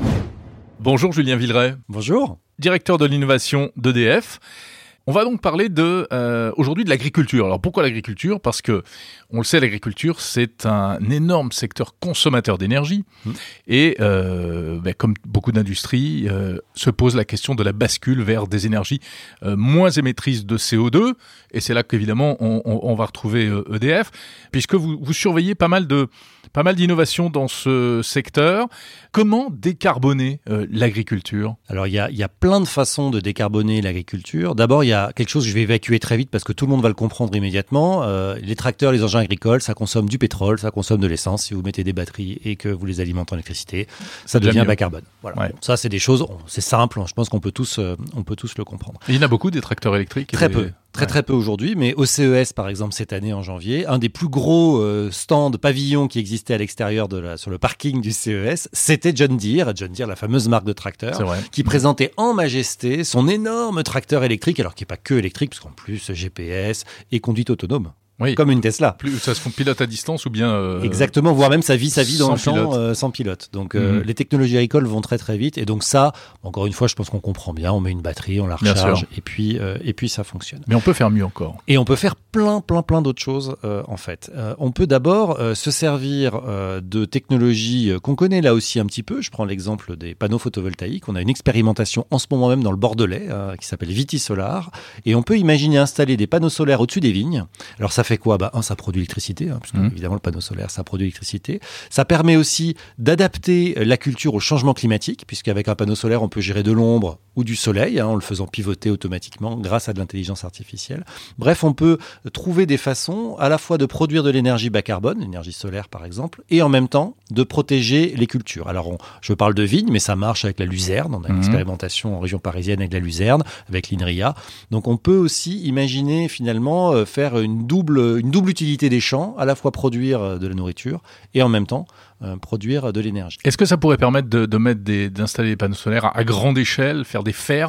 Bonjour Julien Villeray. Bonjour. Directeur de l'innovation d'E D F. On va donc parler de euh, aujourd'hui de l'agriculture. Alors pourquoi l'agriculture ? Parce que on le sait, l'agriculture c'est un énorme secteur consommateur d'énergie mmh. et euh, ben, comme beaucoup d'industries, euh, se pose la question de la bascule vers des énergies euh, moins émettrices de C O deux. Et c'est là qu'évidemment on, on, on va retrouver euh, E D F, puisque vous, vous surveillez pas mal de pas mal d'innovations dans ce secteur. Comment décarboner euh, l'agriculture ? Alors il y a, y a plein de façons de décarboner l'agriculture. D'abord il y a quelque chose que je vais évacuer très vite parce que tout le monde va le comprendre immédiatement. Euh, les tracteurs, les engins agricoles, ça consomme du pétrole, ça consomme de l'essence. Si vous mettez des batteries et que vous les alimentez en électricité, ça devient bas carbone. Voilà. Ouais. Bon, ça c'est des choses, c'est simple. Je pense qu'on peut tous, euh, on peut tous le comprendre. Et il y en a beaucoup des tracteurs électriques. Très des... peu. Très très peu aujourd'hui, mais au C E S par exemple cette année en janvier, un des plus gros euh, stands pavillons qui existait à l'extérieur de la, sur le parking du C E S, c'était John Deere, John Deere la fameuse marque de tracteur, qui présentait en majesté son énorme tracteur électrique, alors qui n'est pas que électrique, parce qu'en plus G P S et conduite autonome. Oui. Comme une Tesla. Plus, ça se pilote à distance ou bien... Euh, Exactement, voire même sa vie, sa vie dans le champ euh, sans pilote. Donc euh, mmh. les technologies agricoles vont très très vite. Et donc ça, encore une fois, je pense qu'on comprend bien. On met une batterie, on la recharge et puis, euh, et puis ça fonctionne. Mais on peut faire mieux encore. Et on peut faire plein plein plein d'autres choses euh, en fait. Euh, on peut d'abord euh, se servir euh, de technologies euh, qu'on connaît là aussi un petit peu. Je prends l'exemple des panneaux photovoltaïques. On a une expérimentation en ce moment même dans le Bordelais euh, qui s'appelle Vitisolar. Et on peut imaginer installer des panneaux solaires au-dessus des vignes. Alors ça fait quoi ? Bah, un, ça produit l'électricité, hein, puisque mmh. évidemment le panneau solaire, ça produit l'électricité. Ça permet aussi d'adapter la culture au changement climatique, puisqu'avec un panneau solaire, on peut gérer de l'ombre ou du soleil, hein, en le faisant pivoter automatiquement grâce à de l'intelligence artificielle. Bref, on peut trouver des façons à la fois de produire de l'énergie bas carbone, l'énergie solaire par exemple, et en même temps de protéger les cultures. Alors, on, je parle de vignes, mais ça marche avec la luzerne. On a une mmh. expérimentation en région parisienne avec la luzerne, avec l'INRIA. Donc, on peut aussi imaginer finalement euh, faire une double, une double utilité des champs, à la fois produire de la nourriture et en même temps euh, produire de l'énergie. Est-ce que ça pourrait permettre de, de mettre des, d'installer des panneaux solaires à, à grande échelle, faire des fermes ?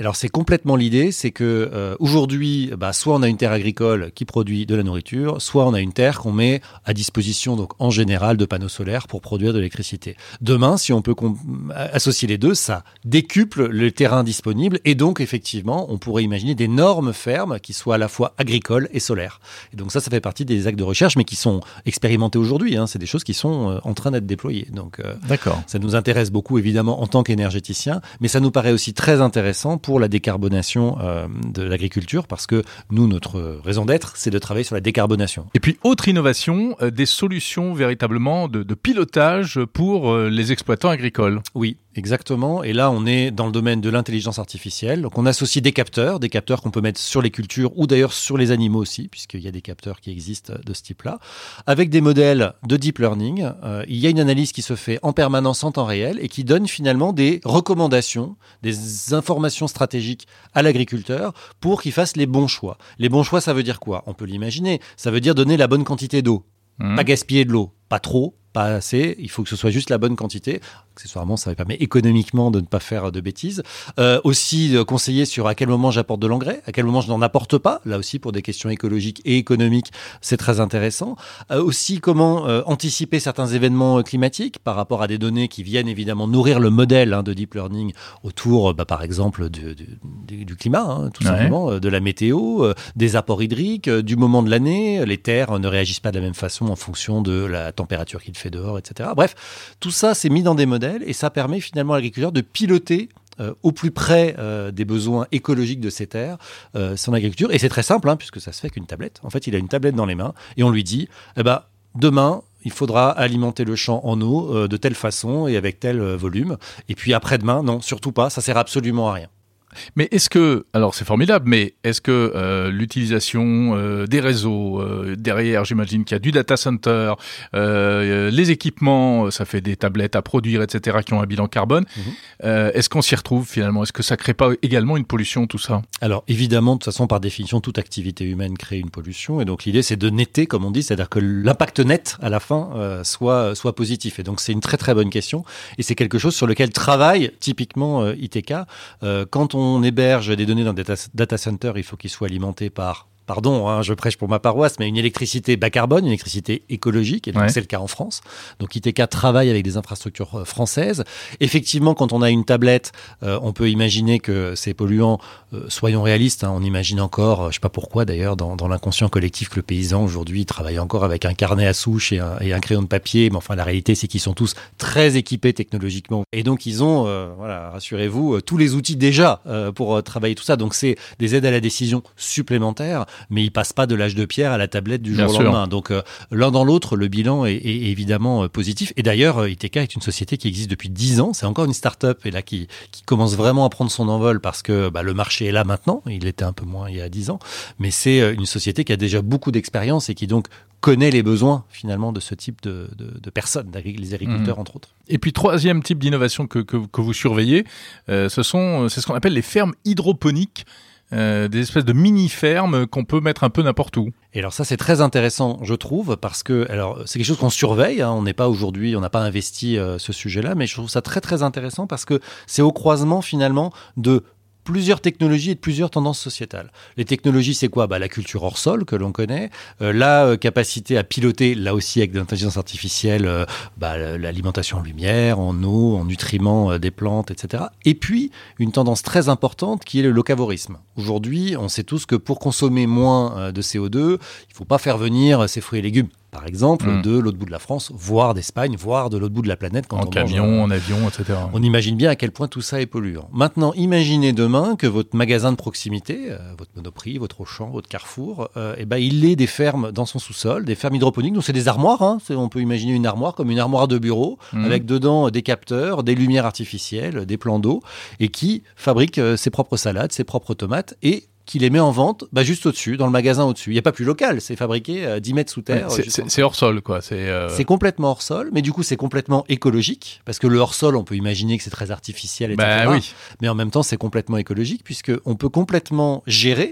Alors c'est complètement l'idée, c'est que euh, aujourd'hui, bah, soit on a une terre agricole qui produit de la nourriture, soit on a une terre qu'on met à disposition, donc en général, de panneaux solaires pour produire de l'électricité. Demain, si on peut com- associer les deux, ça décuple le terrain disponible et donc effectivement, on pourrait imaginer d'énormes fermes qui soient à la fois agricoles et solaires. Et donc ça, ça fait partie des actes de recherche, mais qui sont expérimentés aujourd'hui. Hein. C'est des choses qui sont euh, en train d'être déployées. Donc euh, D'accord. Ça nous intéresse beaucoup évidemment en tant qu'énergéticien, mais ça nous paraît aussi très intéressant pour la décarbonation euh, de l'agriculture, parce que nous, notre raison d'être, c'est de travailler sur la décarbonation. Et puis, autre innovation, euh, des solutions véritablement de, de pilotage pour euh, les exploitants agricoles. Oui, exactement. Et là, on est dans le domaine de l'intelligence artificielle. Donc, on associe des capteurs, des capteurs qu'on peut mettre sur les cultures ou d'ailleurs sur les animaux aussi, puisqu'il y a des capteurs qui existent de ce type-là. Avec des modèles de deep learning, euh, il y a une analyse qui se fait en permanence en temps réel et qui donne finalement des recommandations, des informations stratégiques à l'agriculteur pour qu'il fasse les bons choix. Les bons choix, ça veut dire quoi ? On peut l'imaginer. Ça veut dire donner la bonne quantité d'eau. Mmh. Pas gaspiller de l'eau. Pas trop, pas assez. Il faut que ce soit juste la bonne quantité. Accessoirement, ça permet économiquement de ne pas faire de bêtises. Euh, aussi, euh, conseiller sur à quel moment j'apporte de l'engrais, à quel moment je n'en apporte pas. Là aussi, pour des questions écologiques et économiques, c'est très intéressant. Euh, aussi, comment euh, anticiper certains événements climatiques par rapport à des données qui viennent évidemment nourrir le modèle hein, de deep learning autour, bah, par exemple, du, du, du climat, hein, tout ouais. simplement, de la météo, euh, des apports hydriques, euh, du moment de l'année. Les terres ne réagissent pas de la même façon en fonction de la température qu'il fait dehors, et cetera. Bref, tout ça, c'est mis dans des modèles et ça permet finalement à l'agriculteur de piloter euh, au plus près euh, des besoins écologiques de ses terres euh, son agriculture. Et c'est très simple, hein, puisque ça se fait avec une tablette. En fait, il a une tablette dans les mains et on lui dit, eh ben, demain, il faudra alimenter le champ en eau euh, de telle façon et avec tel euh, volume. Et puis après-demain, non, surtout pas, ça sert absolument à rien. Mais est-ce que, alors c'est formidable, mais est-ce que euh, l'utilisation euh, des réseaux, euh, derrière j'imagine qu'il y a du data center, euh, les équipements, ça fait des tablettes à produire, et cetera, qui ont un bilan carbone, mmh. euh, est-ce qu'on s'y retrouve finalement ? Est-ce que ça ne crée pas également une pollution, tout ça ? Alors évidemment, de toute façon, par définition, toute activité humaine crée une pollution, et donc l'idée c'est de netter, comme on dit, c'est-à-dire que l'impact net à la fin euh, soit, soit positif. Et donc c'est une très très bonne question, et c'est quelque chose sur lequel travaille typiquement euh, I T K. Euh, quand on on héberge des données dans des data, data centers, il faut qu'ils soient alimentés par, pardon, hein, je prêche pour ma paroisse, mais une électricité bas carbone, une électricité écologique, et donc ouais. c'est le cas en France. Donc I T K travaille avec des infrastructures françaises. Effectivement, quand on a une tablette, euh, on peut imaginer que ces polluants, euh, soyons réalistes, hein, on imagine encore, euh, je ne sais pas pourquoi d'ailleurs, dans, dans l'inconscient collectif que le paysan aujourd'hui travaille encore avec un carnet à souche et un, et un crayon de papier, mais enfin la réalité c'est qu'ils sont tous très équipés technologiquement. Et donc ils ont, euh, voilà, rassurez-vous, euh, tous les outils déjà euh, pour euh, travailler tout ça. Donc c'est des aides à la décision supplémentaires, mais ils passent pas de l'âge de pierre à la tablette du jour au lendemain. Donc euh, l'un dans l'autre, le bilan est, est évidemment euh, positif. Et d'ailleurs, euh, I T K est une société qui existe depuis dix ans. C'est encore une start-up et là qui, qui commence vraiment à prendre son envol parce que bah, le marché est là maintenant. Il était un peu moins il y a dix ans. Mais c'est euh, une société qui a déjà beaucoup d'expérience et qui donc connaît les besoins finalement de ce type de, de, de personnes, les agriculteurs mmh. entre autres. Et puis troisième type d'innovation que, que, que vous surveillez, euh, ce sont, c'est ce qu'on appelle les fermes hydroponiques. Euh, des espèces de mini-fermes qu'on peut mettre un peu n'importe où. Et alors ça, c'est très intéressant, je trouve, parce que alors c'est quelque chose qu'on surveille. Hein, on n'est pas aujourd'hui, on n'a pas investi euh, ce sujet-là, mais je trouve ça très très intéressant parce que c'est au croisement finalement de plusieurs technologies et de plusieurs tendances sociétales. Les technologies, c'est quoi ? Bah, la culture hors sol, que l'on connaît, euh, la euh, capacité à piloter, là aussi avec de l'intelligence artificielle, euh, bah, l'alimentation en lumière, en eau, en nutriments euh, des plantes, et cetera. Et puis, une tendance très importante qui est le locavorisme. Aujourd'hui, on sait tous que pour consommer moins euh, de C O deux, il ne faut pas faire venir ces fruits et légumes. Par exemple, mmh. de l'autre bout de la France, voire d'Espagne, voire de l'autre bout de la planète. Quand en on camion, mange, en avion, et cetera. On imagine bien à quel point tout ça est polluant. Maintenant, imaginez demain que votre magasin de proximité, euh, votre Monoprix, votre Auchan, votre Carrefour, euh, eh ben, il ait des fermes dans son sous-sol, des fermes hydroponiques. Donc, c'est des armoires. Hein. C'est, on peut imaginer une armoire comme une armoire de bureau, mmh. avec dedans des capteurs, des lumières artificielles, des plans d'eau, et qui fabrique euh, ses propres salades, ses propres tomates, et qui les met en vente bah, juste au-dessus, dans le magasin au-dessus. Il n'y a pas plus local, c'est fabriqué à dix mètres sous terre. Ouais, c'est, c'est, c'est hors sol, quoi. C'est, euh... c'est complètement hors sol, mais du coup, c'est complètement écologique, parce que le hors sol, on peut imaginer que c'est très artificiel, et cetera. Bah, oui. Mais en même temps, c'est complètement écologique, puisqu'on peut complètement gérer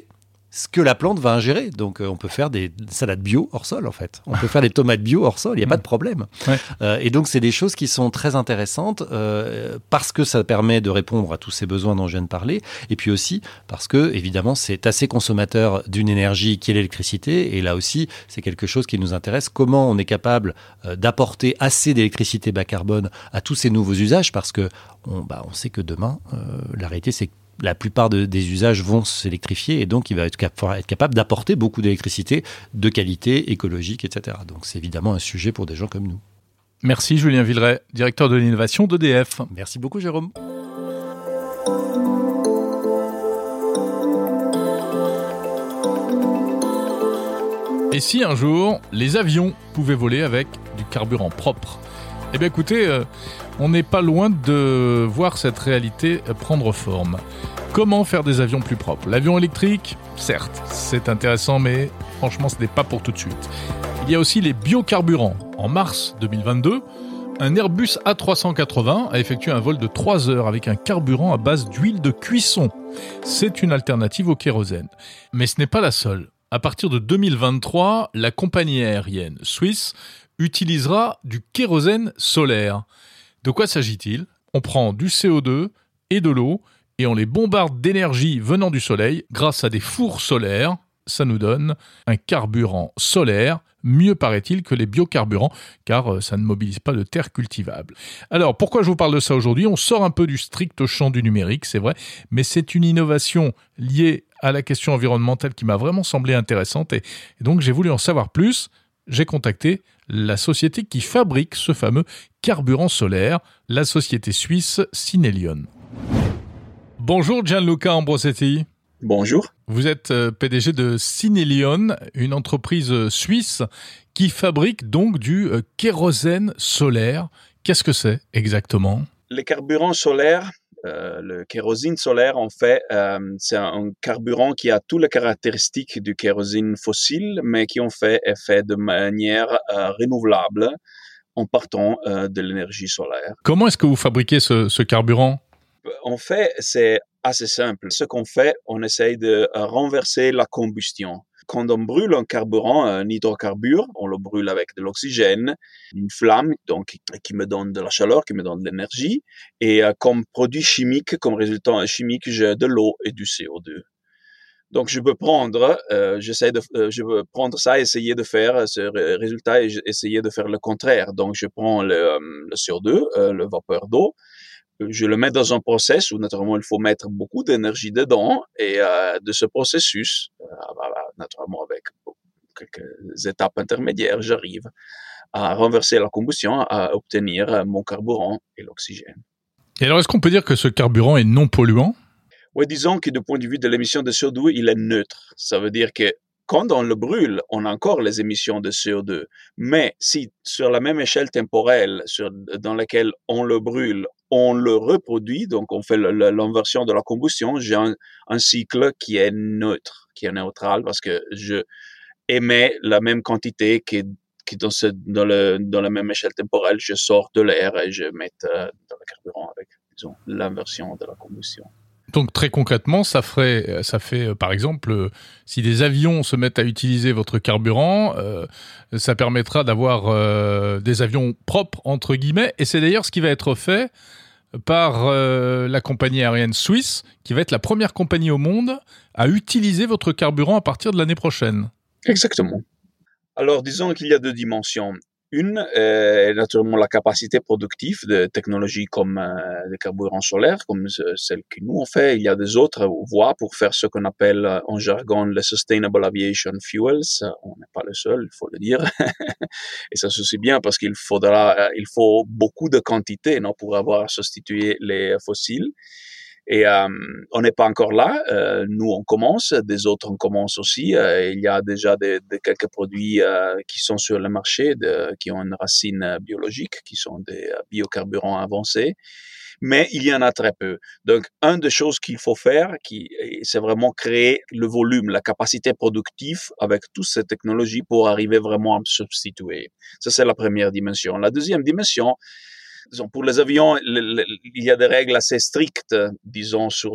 ce que la plante va ingérer. Donc, euh, on peut faire des salades bio hors sol, en fait. On peut faire des tomates bio hors sol, il n'y a mmh. pas de problème. Ouais. Euh, et donc, c'est des choses qui sont très intéressantes euh, parce que ça permet de répondre à tous ces besoins dont je viens de parler. Et puis aussi parce que, évidemment, c'est assez consommateur d'une énergie qui est l'électricité. Et là aussi, c'est quelque chose qui nous intéresse. Comment on est capable euh, d'apporter assez d'électricité bas carbone à tous ces nouveaux usages, parce que on, bah, on sait que demain, euh, la réalité, c'est que la plupart de, des usages vont s'électrifier et donc il va être, cap- être capable d'apporter beaucoup d'électricité de qualité, écologique, et cetera. Donc c'est évidemment un sujet pour des gens comme nous. Merci Julien Villeray, directeur de l'innovation d'E D F. Merci beaucoup Jérôme. Et si un jour, les avions pouvaient voler avec du carburant propre ? Eh bien écoutez, euh, on n'est pas loin de voir cette réalité prendre forme. Comment faire des avions plus propres ? L'avion électrique, certes, c'est intéressant, mais franchement, ce n'est pas pour tout de suite. Il y a aussi les biocarburants. En mars deux mille vingt-deux, un Airbus A trois cent quatre-vingts a effectué un vol de trois heures avec un carburant à base d'huile de cuisson. C'est une alternative au kérosène. Mais ce n'est pas la seule. À partir de deux mille vingt-trois, la compagnie aérienne Swiss utilisera du kérosène solaire. De quoi s'agit-il ? On prend du C O deux et de l'eau et on les bombarde d'énergie venant du soleil grâce à des fours solaires. Ça nous donne un carburant solaire, mieux paraît-il que les biocarburants, car ça ne mobilise pas de terre cultivable. Alors, pourquoi je vous parle de ça aujourd'hui ? On sort un peu du strict champ du numérique, c'est vrai, mais c'est une innovation liée à la question environnementale qui m'a vraiment semblé intéressante et, et donc j'ai voulu en savoir plus. J'ai contacté la société qui fabrique ce fameux carburant solaire, la société suisse Synelion. Bonjour Gianluca Ambrosetti. Bonjour. Vous êtes P D G de Synelion, une entreprise suisse qui fabrique donc du kérosène solaire. Qu'est-ce que c'est exactement ? Le carburant solaire, euh, le kérosène solaire, en fait, euh, c'est un, un carburant qui a toutes les caractéristiques du kérosène fossile, mais qui en fait est fait de manière euh, renouvelable en partant euh, de l'énergie solaire. Comment est-ce que vous fabriquez ce, ce carburant ? En fait, c'est assez simple. Ce qu'on fait, on essaye de renverser la combustion. Quand on brûle un carburant, un hydrocarbure, on le brûle avec de l'oxygène, une flamme donc qui me donne de la chaleur, qui me donne de l'énergie. Et euh, comme produit chimique, comme résultat chimique, j'ai de l'eau et du C O deux. Donc je peux prendre, euh, j'essaie de, euh, je peux prendre ça, essayer de faire ce résultat et essayer de faire le contraire. Donc je prends le, euh, le C O deux, euh, le vapeur d'eau. Je le mets dans un process où, naturellement, il faut mettre beaucoup d'énergie dedans et euh, de ce processus, euh, naturellement, avec quelques étapes intermédiaires, j'arrive à renverser la combustion, à obtenir mon carburant et l'oxygène. Et alors, est-ce qu'on peut dire que ce carburant est non polluant ? Oui, disons que du point de vue de l'émission de C O deux, il est neutre. Ça veut dire que quand on le brûle, on a encore les émissions de C O deux. Mais si, sur la même échelle temporelle sur, dans laquelle on le brûle, on le reproduit, donc on fait le, le, l'inversion de la combustion, j'ai un, un cycle qui est neutre, qui est neutral, parce que je émets la même quantité qui, qui dans, ce, dans, le, dans la même échelle temporelle, je sors de l'air et je mets euh, dans le carburant avec, disons, l'inversion de la combustion. Donc très concrètement, ça ferait, ça fait par exemple, euh, si des avions se mettent à utiliser votre carburant, euh, ça permettra d'avoir euh, des avions propres entre guillemets. Et c'est d'ailleurs ce qui va être fait par euh, la compagnie aérienne suisse, qui va être la première compagnie au monde à utiliser votre carburant à partir de l'année prochaine. Exactement. Alors disons qu'il y a deux dimensions. Une est naturellement la capacité productive de technologies comme euh, les carburants solaires, comme celle que nous on fait. Il y a des autres voies pour faire ce qu'on appelle en jargon les Sustainable Aviation Fuels. On n'est pas le seul, il faut le dire. Et ça se sait bien parce qu'il faudra, il faut beaucoup de quantité, non, pour avoir à substituer les fossiles. Et euh, on n'est pas encore là. Euh, nous, on commence. Des autres, on commence aussi. Euh, il y a déjà des, des quelques produits euh, qui sont sur le marché, de, qui ont une racine biologique, qui sont des biocarburants avancés. Mais il y en a très peu. Donc, une des choses qu'il faut faire, qui, c'est vraiment créer le volume, la capacité productive avec toutes ces technologies pour arriver vraiment à substituer. Ça, c'est la première dimension. La deuxième dimension, disons, pour les avions, le, le, il y a des règles assez strictes, disons, sur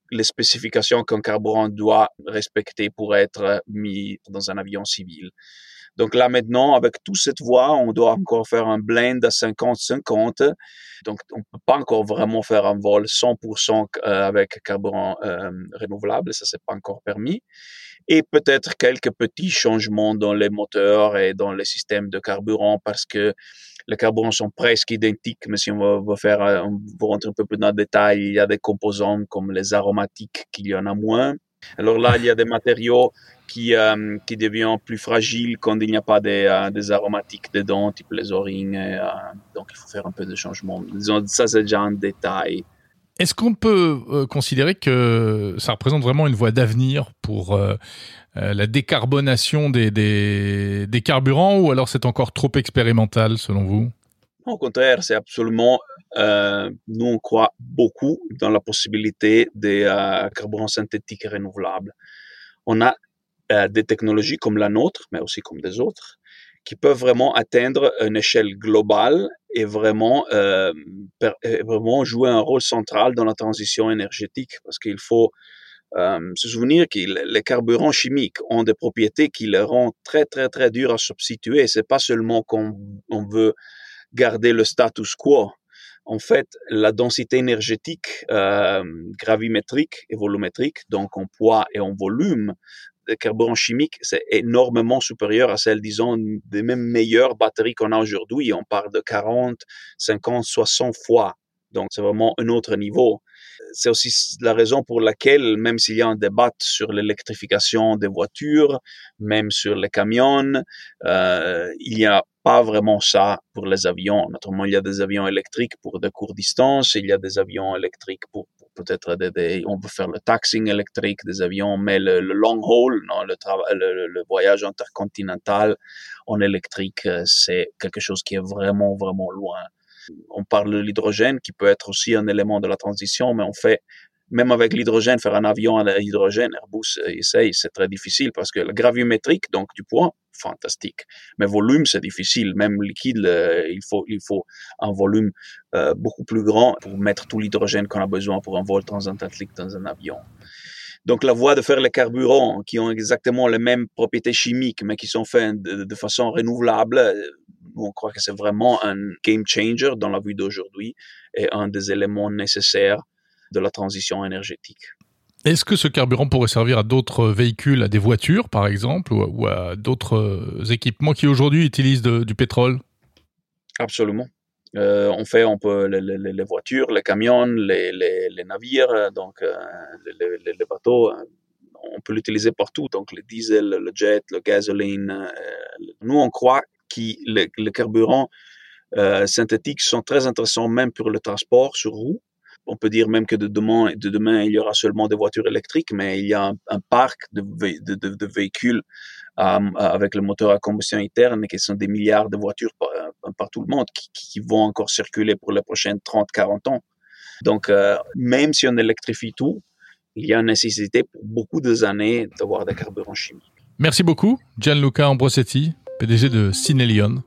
les spécifications qu'un carburant doit respecter pour être mis dans un avion civil. Donc là maintenant, avec toute cette voie, on doit encore faire un blend à cinquante cinquante. Donc on ne peut pas encore vraiment faire un vol cent pour cent avec carburant euh, renouvelable, ça c'est pas encore permis. Et peut-être quelques petits changements dans les moteurs et dans les systèmes de carburant parce que les carburants sont presque identiques, mais si on va, va faire, on va rentrer un peu plus dans le détail, il y a des composants comme les aromatiques qu'il y en a moins. Alors là, il y a des matériaux qui, euh, qui deviennent plus fragiles quand il n'y a pas des, euh, des aromatiques dedans, type les O-rings. Et, euh, donc, il faut faire un peu de changement. Disons, ça, c'est déjà un détail. Est-ce qu'on peut euh, considérer que ça représente vraiment une voie d'avenir pour euh, euh, la décarbonation des, des, des carburants, ou alors c'est encore trop expérimental selon vous? Au contraire, c'est absolument... Euh, nous, on croit beaucoup dans la possibilité des euh, carburants synthétiques renouvelables. On a euh, des technologies comme la nôtre, mais aussi comme des autres, qui peuvent vraiment atteindre une échelle globale et vraiment, euh, per, et vraiment jouer un rôle central dans la transition énergétique. Parce qu'il faut euh, se souvenir que les carburants chimiques ont des propriétés qui les rendent très, très, très durs à substituer. C'est pas seulement qu'on on veut garder le status quo. En fait, la densité énergétique euh, gravimétrique et volumétrique, donc en poids et en volume, des carburants chimiques, c'est énormément supérieur à celle, disons, des même meilleures batteries qu'on a aujourd'hui. On parle de quarante, cinquante, soixante fois. Donc, c'est vraiment un autre niveau. C'est aussi la raison pour laquelle, même s'il y a un débat sur l'électrification des voitures, même sur les camions, euh, il n'y a pas vraiment ça pour les avions. Naturellement, il y a des avions électriques pour de courtes distances, il y a des avions électriques pour, pour peut-être des, des, on peut faire le taxiing électrique des avions, mais le, le long haul, non, le, trava- le, le voyage intercontinental en électrique, c'est quelque chose qui est vraiment, vraiment loin. On parle de l'hydrogène qui peut être aussi un élément de la transition, mais on fait, même avec l'hydrogène, faire un avion à l'hydrogène, Airbus essaye, c'est très difficile parce que le gravimétrique, donc du poids, fantastique. Mais volume, c'est difficile. Même liquide, le, il faut, il faut un volume euh, beaucoup plus grand pour mettre tout l'hydrogène qu'on a besoin pour un vol transatlantique dans un avion. Donc, la voie de faire les carburants qui ont exactement les mêmes propriétés chimiques, mais qui sont faits de, de façon renouvelable, on croit que c'est vraiment un game changer dans la vie d'aujourd'hui et un des éléments nécessaires de la transition énergétique. Est-ce que ce carburant pourrait servir à d'autres véhicules, à des voitures par exemple, ou à, ou à d'autres équipements qui aujourd'hui utilisent de, du pétrole? Absolument. Euh, on fait on peut les, les, les voitures, les camions, les, les, les navires, donc euh, les, les, les bateaux, on peut l'utiliser partout. Donc le diesel, le jet, le gasoline. Euh, nous, on croit que les, les carburants euh, synthétiques sont très intéressants même pour le transport sur roue. On peut dire même que de demain, de demain, il y aura seulement des voitures électriques, mais il y a un, un parc de, de, de, de véhicules euh, avec le moteur à combustion interne, qui sont des milliards de voitures par, par tout le monde qui, qui vont encore circuler pour les prochaines trente à quarante ans. Donc, euh, même si on électrifie tout, il y a une nécessité pour beaucoup d'années d'avoir des carburants chimiques. Merci beaucoup, Gianluca Ambrosetti, P D G de Synelion.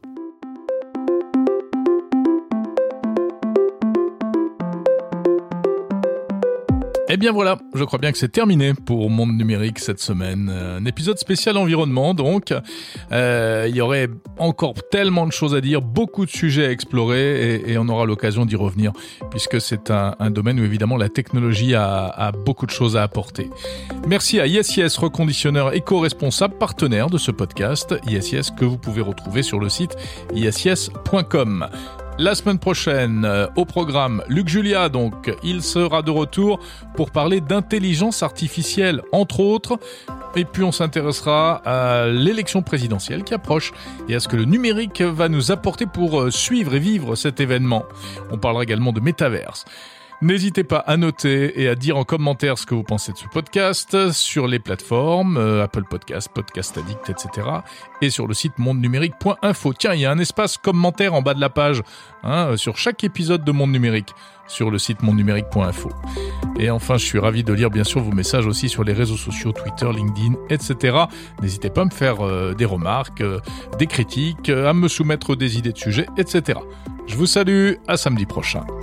Eh bien voilà, je crois bien que c'est terminé pour Monde Numérique cette semaine. Un épisode spécial environnement donc. Euh, il y aurait encore tellement de choses à dire, beaucoup de sujets à explorer et, et on aura l'occasion d'y revenir puisque c'est un, un domaine où évidemment la technologie a, a beaucoup de choses à apporter. Merci à YesYes, reconditionneur éco-responsable, partenaire de ce podcast. YesYes que vous pouvez retrouver sur le site yesyes point com. La semaine prochaine, euh, au programme, Luc Julia, donc, il sera de retour pour parler d'intelligence artificielle, entre autres. Et puis, on s'intéressera à l'élection présidentielle qui approche et à ce que le numérique va nous apporter pour euh, suivre et vivre cet événement. On parlera également de métaverse. N'hésitez pas à noter et à dire en commentaire ce que vous pensez de ce podcast sur les plateformes, euh, Apple Podcast, Podcast Addict, et cetera. Et sur le site monde numérique point info. Tiens, il y a un espace commentaire en bas de la page hein, sur chaque épisode de Monde Numérique sur le site monde numérique point info. Et enfin, je suis ravi de lire bien sûr vos messages aussi sur les réseaux sociaux, Twitter, LinkedIn, et cetera. N'hésitez pas à me faire euh, des remarques, euh, des critiques, euh, à me soumettre des idées de sujets, et cetera. Je vous salue, à samedi prochain.